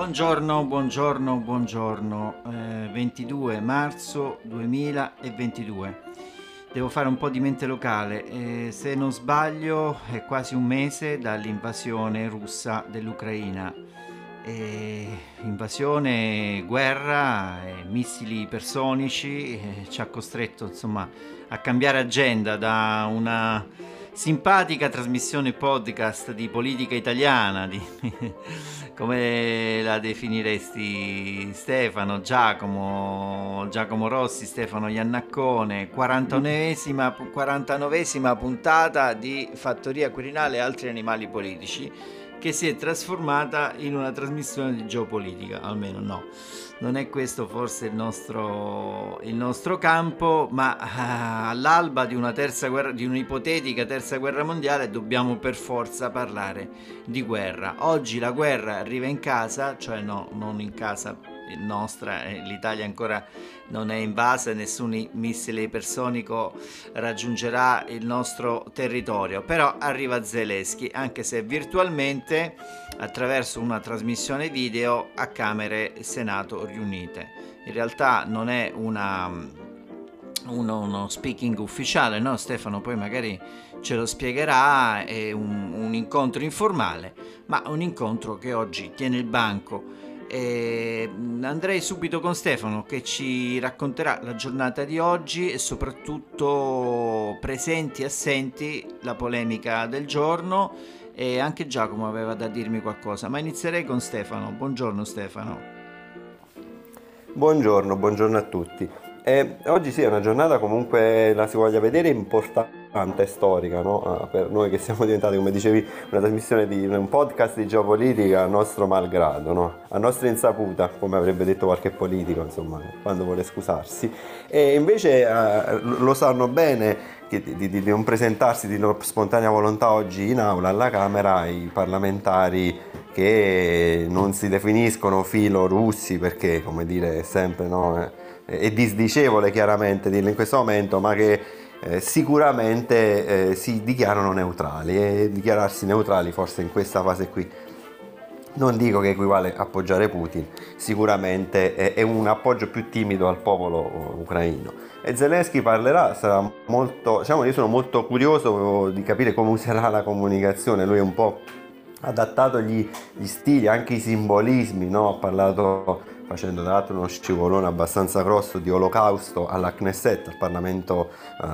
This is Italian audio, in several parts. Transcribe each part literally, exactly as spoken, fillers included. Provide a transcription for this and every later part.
Buongiorno, buongiorno, buongiorno. Eh, ventidue marzo duemilaventidue. Devo fare un po' di mente locale. Eh, se non sbaglio, è quasi un mese dall'invasione russa dell'Ucraina. Eh, invasione, guerra, eh, missili ipersonici, eh, ci ha costretto, insomma, a cambiare agenda da una simpatica trasmissione podcast di politica italiana, di come la definiresti, Stefano, Giacomo, Giacomo Rossi, Stefano Iannaccone, quarantanovesima, quarantanovesima puntata di Fattoria Quirinale e altri animali politici, che si è trasformata in una trasmissione di geopolitica, almeno no. Non è questo forse il nostro, il nostro campo, ma ah, all'alba di una terza guerra, di un'ipotetica terza guerra mondiale, dobbiamo per forza parlare di guerra. Oggi la guerra arriva in casa, cioè no, non in casa nostra, eh, l'Italia ancora non è invasa e nessun missile ipersonico raggiungerà il nostro territorio, però arriva Zelensky, anche se virtualmente, attraverso una trasmissione video a Camere e Senato riunite. In realtà non è una, uno, uno speaking ufficiale, no Stefano? Poi magari ce lo spiegherà, è un, un incontro informale, ma un incontro che oggi tiene il banco. E andrei subito con Stefano che ci racconterà la giornata di oggi e soprattutto presenti e assenti, la polemica del giorno, e anche Giacomo aveva da dirmi qualcosa, ma inizierei con Stefano. Buongiorno Stefano. Buongiorno, buongiorno a tutti. Eh, oggi sì, è una giornata comunque, la si voglia vedere, importante, storica, no? Ah, per noi che siamo diventati, come dicevi, una trasmissione di un podcast di geopolitica a nostro malgrado, no? A nostra insaputa, come avrebbe detto qualche politico, insomma, quando vuole scusarsi. E invece eh, lo sanno bene che di, di, di non presentarsi di spontanea volontà oggi in aula alla Camera i parlamentari che non si definiscono filorussi, perché, come dire, è sempre, no? Eh, è disdicevole chiaramente dirlo in questo momento, ma che eh, sicuramente eh, si dichiarano neutrali, e dichiararsi neutrali forse in questa fase qui non dico che equivale a appoggiare Putin, sicuramente è, è un appoggio più timido al popolo ucraino. E Zelensky parlerà, sarà molto, diciamo, io sono molto curioso di capire come userà la comunicazione. Lui è un po' adattato gli, gli stili, anche i simbolismi, no? Ha parlato, facendo tra l'altro uno scivolone abbastanza grosso, di olocausto alla Knesset, al Parlamento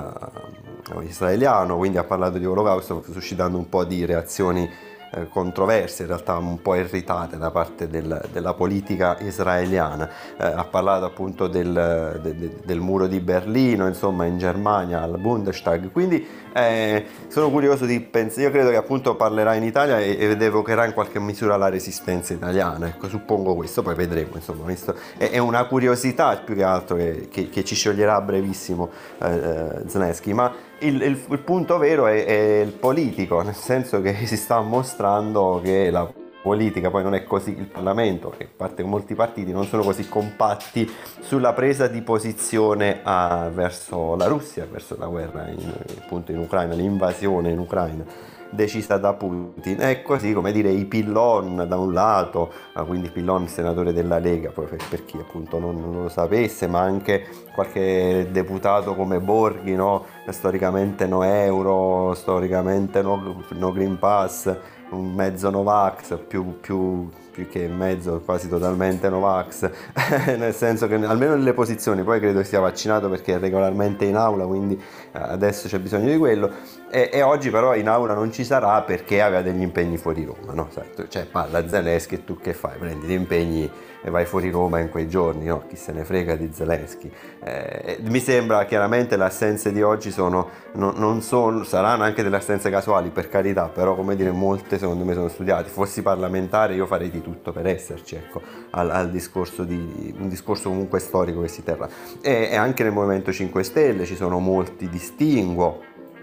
eh, israeliano, quindi ha parlato di olocausto suscitando un po' di reazioni eh, controverse, in realtà un po' irritate da parte del, della politica israeliana. Eh, ha parlato appunto del, de, de, del muro di Berlino, insomma, in Germania, al Bundestag, quindi eh, sono curioso di pensare, io credo che appunto parlerà in Italia e, ed evocherà in qualche misura la resistenza italiana, ecco, suppongo questo, poi vedremo, insomma, visto, è, è una curiosità più che altro che, che, che ci scioglierà a brevissimo eh, Zelensky, ma il, il, il punto vero è, è il politico, nel senso che si sta mostrando che la politica poi non è così, il Parlamento e parte con molti partiti non sono così compatti sulla presa di posizione a, verso la Russia, verso la guerra in, appunto in Ucraina, l'invasione in Ucraina decisa da Putin. È così, come dire, i Pillon da un lato, quindi Pillon senatore della Lega, poi per chi appunto non, non lo sapesse, ma anche qualche deputato come Borghi, no? Storicamente no euro, storicamente no, no Green Pass, un mezzo Novax, più, più, più che mezzo, quasi totalmente Novax, nel senso che almeno nelle posizioni, poi credo sia vaccinato perché è regolarmente in aula, quindi adesso c'è bisogno di quello, e, e oggi però in aula non ci sarà perché aveva degli impegni fuori Roma, no? Cioè parla Zelensky e tu che fai? Prendi gli impegni e vai fuori Roma in quei giorni, no? Chi se ne frega di Zelensky. Eh, mi sembra chiaramente le assenze di oggi sono, non, non sono, saranno anche delle assenze casuali, per carità, però come dire molte secondo me sono studiate. Fossi parlamentare io farei di tutto per esserci, ecco, al, al discorso di un discorso comunque storico che si terrà. E, e anche nel Movimento cinque Stelle ci sono molti distinguo.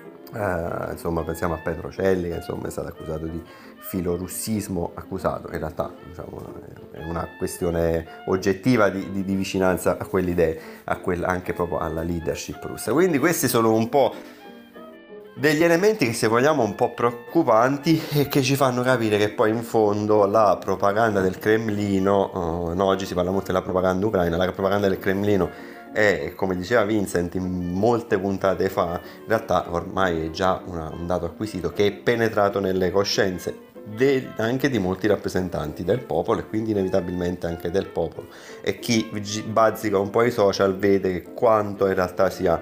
Uh, insomma, pensiamo a Petrocelli, che insomma è stato accusato di filorussismo, accusato, in realtà diciamo, è una questione oggettiva di, di, di vicinanza a quelle idee, a quella, anche proprio alla leadership russa. Quindi questi sono un po' degli elementi che, se vogliamo, un po' preoccupanti e che ci fanno capire che poi in fondo la propaganda del Cremlino, eh, no, oggi si parla molto della propaganda ucraina, la propaganda del Cremlino è, come diceva Vincent in molte puntate fa, in realtà ormai è già una, un dato acquisito che è penetrato nelle coscienze de, anche di molti rappresentanti del popolo, e quindi inevitabilmente anche del popolo, e chi bazzica un po' i social vede quanto in realtà sia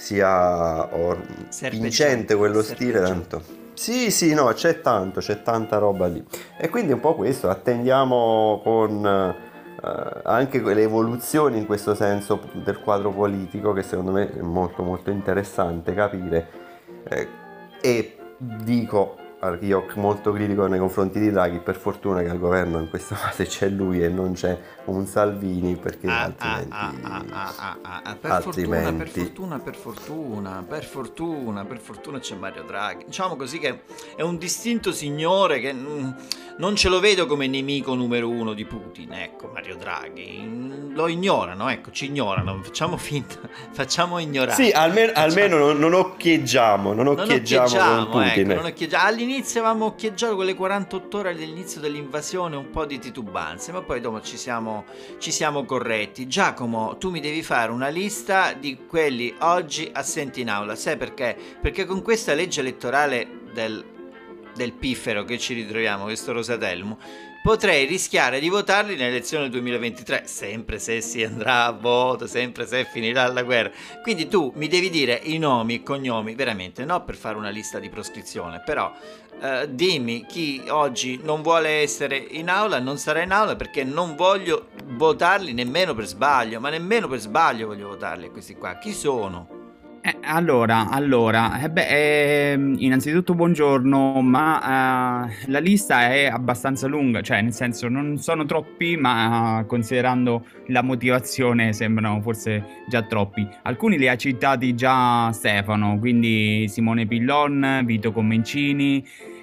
sia or- vincente quello stile, tanto sì sì no, c'è tanto, c'è tanta roba lì, e quindi un po' questo attendiamo con eh, anche le evoluzioni in questo senso del quadro politico, che secondo me è molto molto interessante capire, eh, e dico, io molto critico nei confronti di Draghi, per fortuna che al governo in questa fase c'è lui e non c'è un Salvini, perché Ah, altrimenti ah, ah, ah, ah, ah, ah. Per altrimenti fortuna, per fortuna, per fortuna, per fortuna, per fortuna c'è Mario Draghi. Diciamo così che è un distinto signore che mm, non ce lo vedo come nemico numero uno di Putin, ecco, Mario Draghi. Mm, Lo ignorano, ecco, ci ignorano, facciamo finta, facciamo ignorare. sì, almeno, Facciamo- almeno non, non occhieggiamo, non Non occhieggiamo con occhieggiamo, Putin. ecco, non occhieggiamo. All'inizio avevamo occhieggiato quelle quarantotto ore all'inizio dell'invasione, un po' di titubanze, ma poi dopo ci siamo, ci siamo corretti. Giacomo, tu mi devi fare una lista di quelli oggi assenti in aula. Sai perché? Perché con questa legge elettorale del, del piffero che ci ritroviamo, questo Rosatellum, potrei rischiare di votarli nelle elezioni del duemilaventitré, sempre se si andrà a voto, sempre se finirà la guerra. Quindi tu mi devi dire i nomi e cognomi, veramente, no per fare una lista di proscrizione, però eh, dimmi chi oggi non vuole essere in aula, non sarà in aula, perché non voglio votarli nemmeno per sbaglio, ma nemmeno per sbaglio voglio votarli questi qua. Chi sono? Eh, allora, allora, eh beh, ehm, innanzitutto buongiorno, ma eh, la lista è abbastanza lunga, cioè nel senso non sono troppi, ma eh, considerando la motivazione sembrano forse già troppi. Alcuni li ha citati già Stefano, quindi Simone Pillon, Vito Comencini,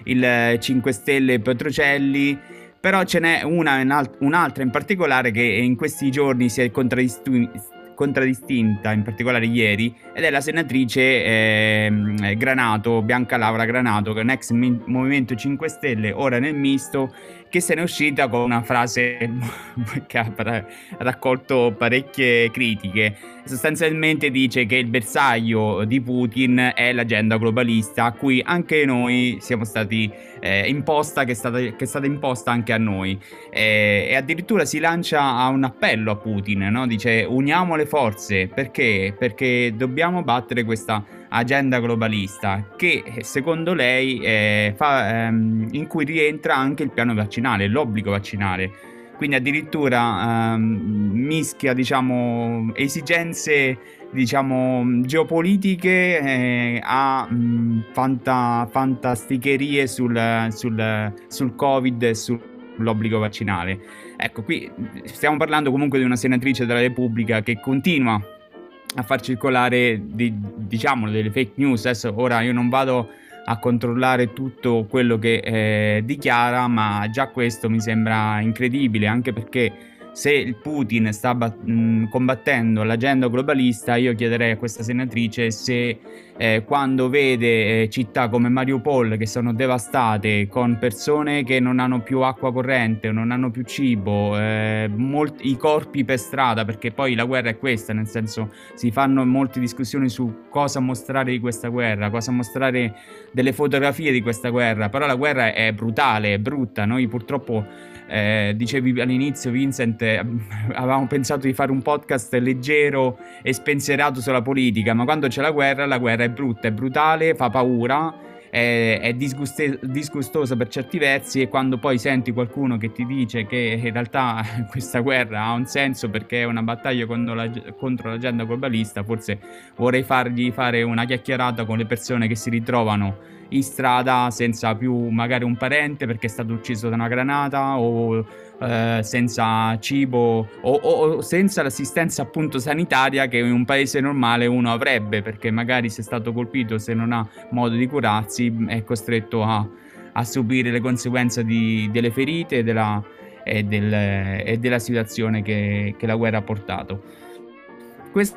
il cinque Stelle Petrocelli. Però ce n'è una, un'altra in particolare che in questi giorni si è contraddistinta contraddistinta, in particolare ieri, ed è la senatrice eh, Granato, Bianca Laura Granato, che è un ex mi- Movimento cinque Stelle, ora nel misto, che se n'è uscita con una frase che ha raccolto parecchie critiche. Sostanzialmente dice che il bersaglio di Putin è l'agenda globalista, a cui anche noi siamo stati eh, imposta, che è stata, che è stata imposta anche a noi. E, e addirittura si lancia a un appello a Putin, no? Dice: uniamo le forze, perché? Perché dobbiamo battere questa agenda globalista, che secondo lei eh, fa, ehm, in cui rientra anche il piano vaccinale, l'obbligo vaccinale. Quindi addirittura ehm, mischia, diciamo, esigenze, diciamo, geopolitiche eh, a mh, fanta, fantasticherie sul, sul, sul Covid e sull'obbligo vaccinale. Ecco, qui stiamo parlando comunque di una senatrice della Repubblica che continua a far circolare di, diciamo delle fake news. Adesso ora io non vado a controllare tutto quello che eh, dichiara, ma già questo mi sembra incredibile, anche perché se il Putin sta bat- mh, combattendo l'agenda globalista, io chiederei a questa senatrice se eh, quando vede eh, città come Mariupol che sono devastate, con persone che non hanno più acqua corrente, non hanno più cibo, eh, molti, i corpi per strada, perché poi la guerra è questa, nel senso si fanno molte discussioni su cosa mostrare di questa guerra, cosa mostrare delle fotografie di questa guerra, però la guerra è brutale, è brutta. Noi purtroppo Eh, dicevi all'inizio, Vincent, eh, avevamo pensato di fare un podcast leggero e spensierato sulla politica, ma quando c'è la guerra, la guerra è brutta, è brutale, fa paura, è, è disguste- disgustosa per certi versi, e quando poi senti qualcuno che ti dice che in realtà questa guerra ha un senso perché è una battaglia contro, la, contro l'agenda globalista, forse vorrei fargli fare una chiacchierata con le persone che si ritrovano in strada senza più magari un parente perché è stato ucciso da una granata, o eh, senza cibo, o, o senza l'assistenza appunto sanitaria che in un paese normale uno avrebbe, perché magari se è stato colpito, se non ha modo di curarsi, è costretto a, a subire le conseguenze di, delle ferite e della, e del, e della situazione che, che la guerra ha portato. Questo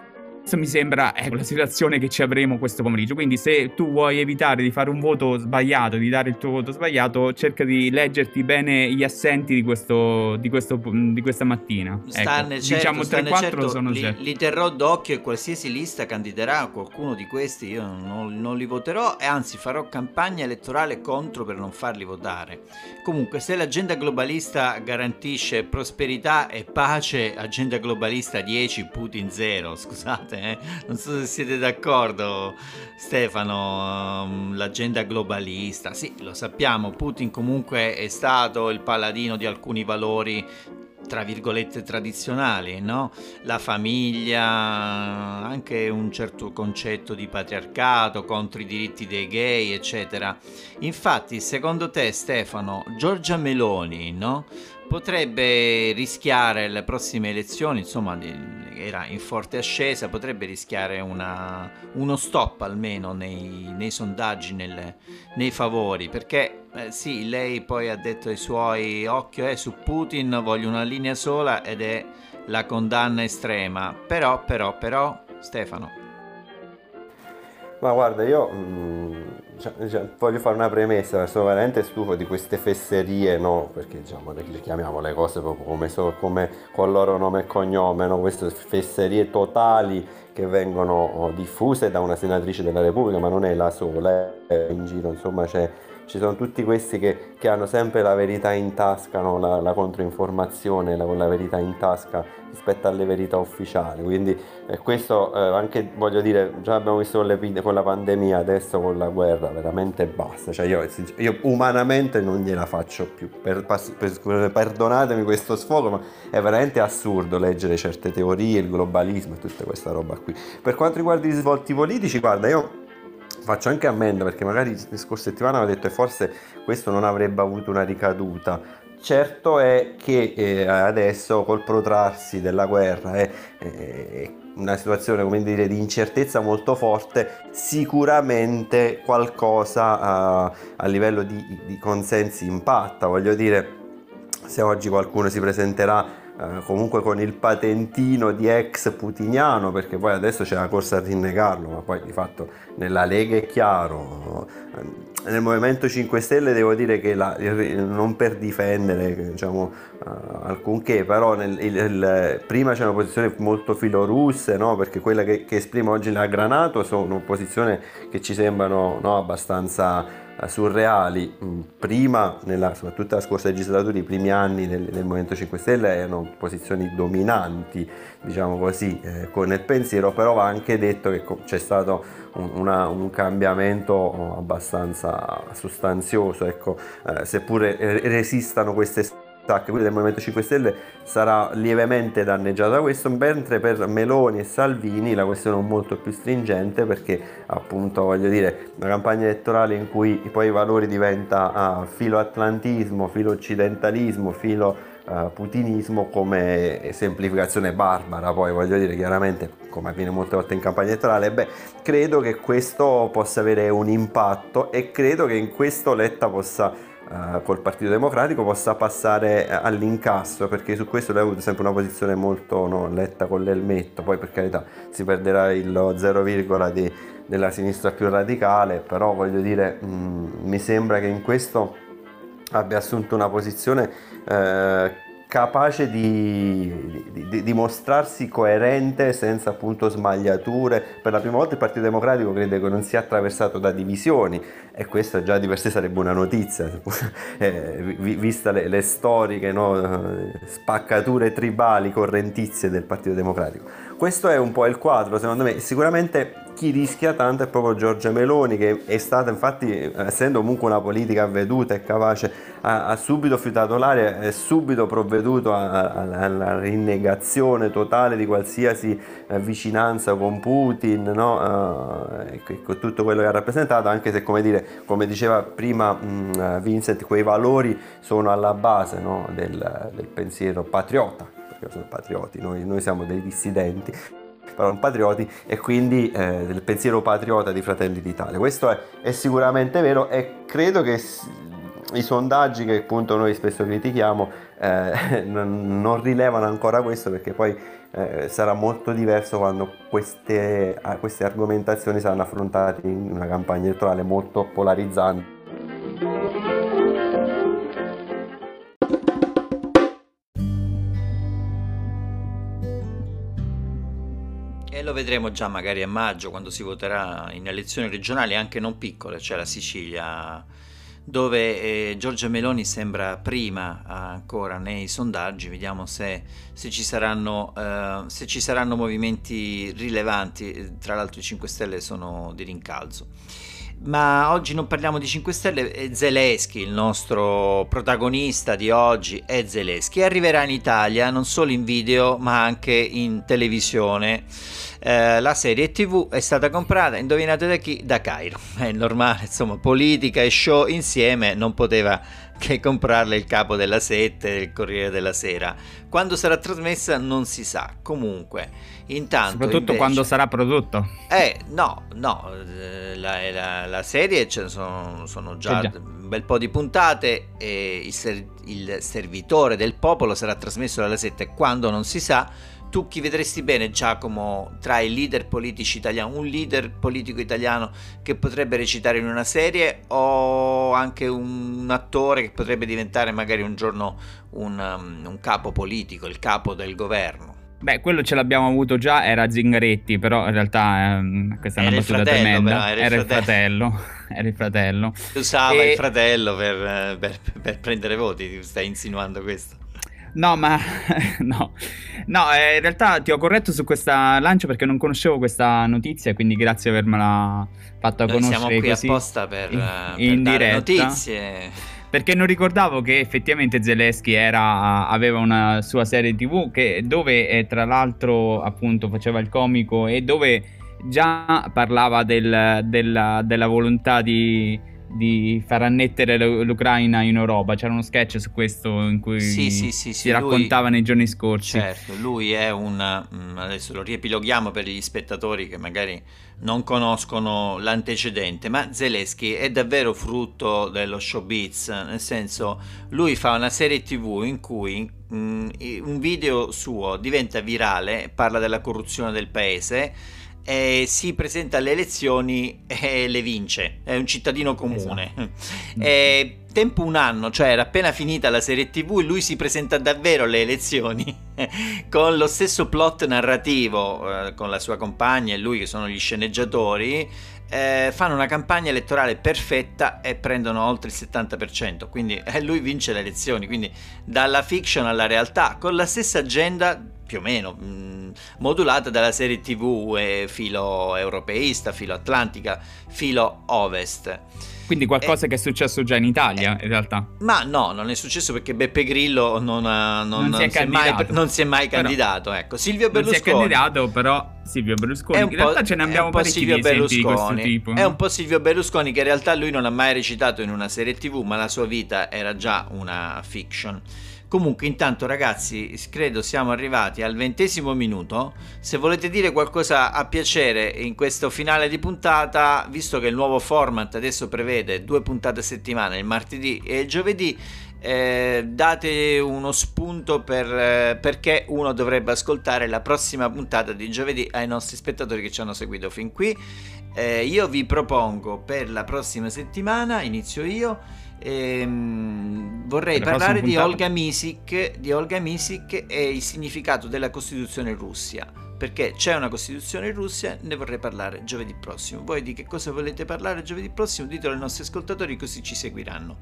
Questo mi sembra ecco, la situazione che ci avremo questo pomeriggio. Quindi se tu vuoi evitare di fare un voto sbagliato, di dare il tuo voto sbagliato, cerca di leggerti bene gli assenti di, questo, di, questo, di questa mattina. Stanne Ecco, certo, diciamo tre stanne quattro certo, sono li, certo. li terrò d'occhio e qualsiasi lista candiderà qualcuno di questi io non, non li voterò e anzi farò campagna elettorale contro per non farli votare. Comunque se l'agenda globalista garantisce prosperità e pace, agenda globalista dieci, Putin zero, scusate. Eh? Non so se siete d'accordo, Stefano. um, L'agenda globalista, sì, lo sappiamo, Putin comunque è stato il paladino di alcuni valori tra virgolette tradizionali, no? La famiglia, anche un certo concetto di patriarcato contro i diritti dei gay, eccetera. Infatti, secondo te, Stefano, Giorgia Meloni, no? Potrebbe rischiare alle prossime elezioni, insomma, era in forte ascesa, potrebbe rischiare una, uno stop almeno nei, nei sondaggi, nelle, nei favori, perché eh, sì, lei poi ha detto ai suoi occhio eh, su Putin voglio una linea sola ed è la condanna estrema, però, però, però, Stefano. Ma guarda, io mh, cioè, cioè, voglio fare una premessa, sono veramente stufo di queste fesserie, no? Perché diciamo, le, le chiamiamo le cose proprio come, so, come con loro nome e cognome, no? Queste fesserie totali che vengono oh, diffuse da una senatrice della Repubblica, ma non è la sola, eh, in giro, insomma c'è... Ci sono tutti questi che, che hanno sempre la verità in tasca, no? la, la controinformazione, la, la verità in tasca rispetto alle verità ufficiali. Quindi eh, questo eh, anche voglio dire, già abbiamo visto con, le, con la pandemia, adesso con la guerra, veramente basta. Cioè io, io umanamente non gliela faccio più. Per, per, perdonatemi questo sfogo, ma è veramente assurdo leggere certe teorie, il globalismo e tutta questa roba qui. Per quanto riguarda i risvolti politici, guarda, io faccio anche ammenda perché magari la scorsa settimana avevo detto che forse questo non avrebbe avuto una ricaduta. Certo è che eh, adesso col protrarsi della guerra è, è una situazione, come dire, di incertezza molto forte, sicuramente qualcosa a, a livello di, di consensi impatta. Voglio dire, se oggi qualcuno si presenterà Uh, comunque con il patentino di ex putiniano, perché poi adesso c'è la corsa a rinnegarlo, ma poi di fatto nella Lega è chiaro, uh, nel Movimento cinque Stelle devo dire che la, il, non per difendere diciamo uh, alcunché, però nel, il, il, prima c'è una posizione molto filorusse, no? Perché quella che, che esprime oggi la Granato sono posizioni che ci sembrano, no, abbastanza surreali. Prima, nella, soprattutto la scorsa legislatura, i primi anni del, del Movimento cinque Stelle erano posizioni dominanti, diciamo così, eh, con il pensiero, però va anche detto che c'è stato un, una, un cambiamento abbastanza sostanzioso, ecco, eh, seppure resistano queste quella del Movimento cinque Stelle sarà lievemente danneggiata da questo, mentre per Meloni e Salvini la questione è molto più stringente, perché appunto voglio dire una campagna elettorale in cui poi i valori diventa ah, filo atlantismo, filo occidentalismo, filo uh, putinismo come semplificazione barbara, poi voglio dire chiaramente come avviene molte volte in campagna elettorale. Beh, credo che questo possa avere un impatto e credo che in questo Letta possa Uh, col Partito Democratico possa passare uh, all'incasso, perché su questo lui ha avuto sempre una posizione molto, no, Letta con l'elmetto, poi per carità si perderà il zero virgola di, della sinistra più radicale, però voglio dire mh, mi sembra che in questo abbia assunto una posizione uh, capace di, di, di dimostrarsi coerente senza appunto smagliature. Per la prima volta il Partito Democratico credo che non sia attraversato da divisioni, e questo già di per sé sarebbe una notizia, eh, vista le, le storiche, no, spaccature tribali correntizie del Partito Democratico. Questo è un po' il quadro, secondo me. Sicuramente chi rischia tanto è proprio Giorgia Meloni, che è stata, infatti, essendo comunque una politica avveduta e capace, ha, ha subito fiutato l'aria, è subito provveduto alla rinnegazione totale di qualsiasi eh, vicinanza con Putin, no? uh, e con tutto quello che ha rappresentato, anche se, come dire, come diceva prima mh, Vincent, quei valori sono alla base, no, del, del pensiero patriota, perché sono patrioti, noi, noi siamo dei dissidenti, però patrioti, e quindi eh, del pensiero patriota di Fratelli d'Italia. Questo è, è sicuramente vero, e credo che i sondaggi che appunto noi spesso critichiamo eh, non, non rilevano ancora questo, perché poi eh, sarà molto diverso quando queste, queste argomentazioni saranno affrontate in una campagna elettorale molto polarizzante. E lo vedremo già magari a maggio, quando si voterà in elezioni regionali anche non piccole, cioè la Sicilia, dove eh, Giorgia Meloni sembra prima ancora nei sondaggi. Vediamo se, se, ci saranno, eh, se ci saranno movimenti rilevanti. Tra l'altro i cinque Stelle sono di rincalzo. Ma oggi non parliamo di cinque Stelle, è Zelensky, il nostro protagonista di oggi è Zelensky. Arriverà in Italia non solo in video ma anche in televisione. Eh, la serie tivù è stata comprata, indovinate da chi? Da Cairo. È normale, insomma, politica e show insieme, non poteva che comprarle il capo della Sette, il Corriere della Sera. Quando sarà trasmessa non si sa. Comunque, intanto soprattutto invece, quando sarà prodotto. Eh, no, no, la, la, la serie cioè, sono, sono già, già un bel po' di puntate e il, ser- il servitore del popolo sarà trasmesso dalla Sette quando non si sa. Tu chi vedresti bene, Giacomo, tra i leader politici italiani, un leader politico italiano che potrebbe recitare in una serie, o anche un attore che potrebbe diventare magari un giorno un, um, un capo politico, il capo del governo? Beh, quello ce l'abbiamo avuto già, era Zingaretti, però in realtà ehm, questa è una battuta tremenda. Però, era, era il fratello, era il fratello. Usava e... il fratello per, per, per prendere voti, stai insinuando questo? No, ma no, no, eh, in realtà ti ho corretto su questa lancia perché non conoscevo questa notizia, quindi grazie per avermela fatta Noi conoscere siamo qui così apposta per, in, per in dare diretta. Notizie. Perché non ricordavo che effettivamente Zelensky era, aveva una sua serie tivù che, dove eh, tra l'altro appunto faceva il comico e dove già parlava del, della, della volontà di... di far annettere l'Ucraina in Europa. C'era uno sketch su questo in cui sì, sì, sì, si sì, raccontava lui, nei giorni scorsi. Certo, lui è un... adesso lo riepiloghiamo per gli spettatori che magari non conoscono l'antecedente, ma Zelensky è davvero frutto dello showbiz, nel senso, lui fa una serie tivù in cui mh, un video suo diventa virale, parla della corruzione del paese, e si presenta alle elezioni e le vince, è un cittadino comune. Esatto. E tempo un anno, cioè era appena finita la serie tivù e lui si presenta davvero alle elezioni con lo stesso plot narrativo, eh, con la sua compagna e lui che sono gli sceneggiatori, eh, fanno una campagna elettorale perfetta e prendono oltre il settanta per cento, quindi eh, lui vince le elezioni, quindi dalla fiction alla realtà con la stessa agenda più o meno mh, modulata dalla serie tivù e filo europeista, filo atlantica, filo ovest. Quindi qualcosa eh, che è successo già in Italia, eh, in realtà. Ma no, non è successo perché Beppe Grillo non, ha, non, non, si, è si, è mai, non si è mai però, candidato. Ecco, Silvio Berlusconi. Non si è candidato, però Silvio Berlusconi. In realtà ce ne abbiamo parecchi di esempi di questo tipo. È no? un po' Silvio Berlusconi che in realtà lui non ha mai recitato in una serie tivù, ma la sua vita era già una fiction. Comunque intanto ragazzi, credo siamo arrivati al ventesimo minuto. Se volete dire qualcosa a piacere in questo finale di puntata, visto che il nuovo format adesso prevede due puntate a settimana, il martedì e il giovedì, eh, date uno spunto per eh, perché uno dovrebbe ascoltare la prossima puntata di giovedì ai nostri spettatori che ci hanno seguito fin qui. Eh, io vi propongo per la prossima settimana, inizio io, Ehm, vorrei parlare di Olga Misik, di Olga Misik e il significato della Costituzione in Russia, perché c'è una Costituzione in Russia, ne vorrei parlare giovedì prossimo. Voi di che cosa volete parlare giovedì prossimo? Ditelo ai nostri ascoltatori, così ci seguiranno.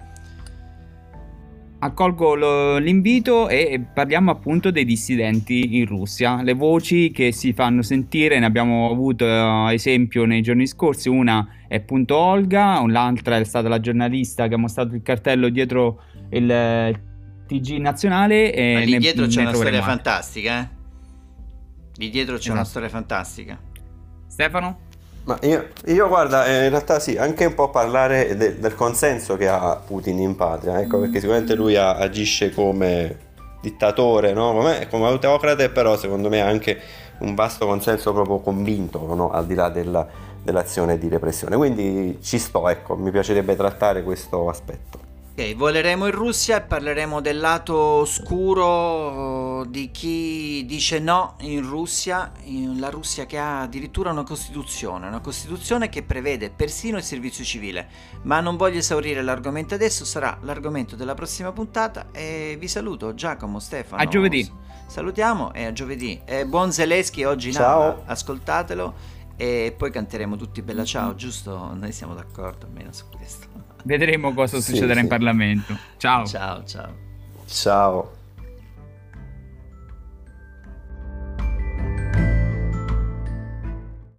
Accolgo lo, l'invito e parliamo appunto dei dissidenti in Russia, le voci che si fanno sentire. Ne abbiamo avuto uh, esempio nei giorni scorsi. Una è appunto Olga, l'altra è stata la giornalista che ha mostrato il cartello dietro il uh, T G nazionale. E Ma lì ne, dietro c'è una storia altri. fantastica, eh? Lì dietro c'è esatto. una storia fantastica. Stefano? Ma io, io guarda, eh, in realtà sì, anche un po' parlare de, del consenso che ha Putin in patria, ecco, perché sicuramente lui ha, agisce come dittatore, no? come, come autocrate, però secondo me ha anche un vasto consenso proprio convinto, no? Al di là della, dell'azione di repressione, quindi ci sto, ecco, mi piacerebbe trattare questo aspetto. Ok, voleremo in Russia e parleremo del lato oscuro di chi dice no in Russia, in la Russia che ha addirittura una Costituzione, una Costituzione che prevede persino il servizio civile. Ma non voglio esaurire l'argomento adesso, sarà l'argomento della prossima puntata e vi saluto Giacomo, Stefano. A giovedì. Salutiamo e a giovedì. E buon Zelensky oggi in Ciao. aula, ascoltatelo e poi canteremo tutti Bella Ciao, giusto? Noi siamo d'accordo almeno su questo. Vedremo cosa Sì, succederà sì. in Parlamento. Ciao. Ciao, ciao. Ciao.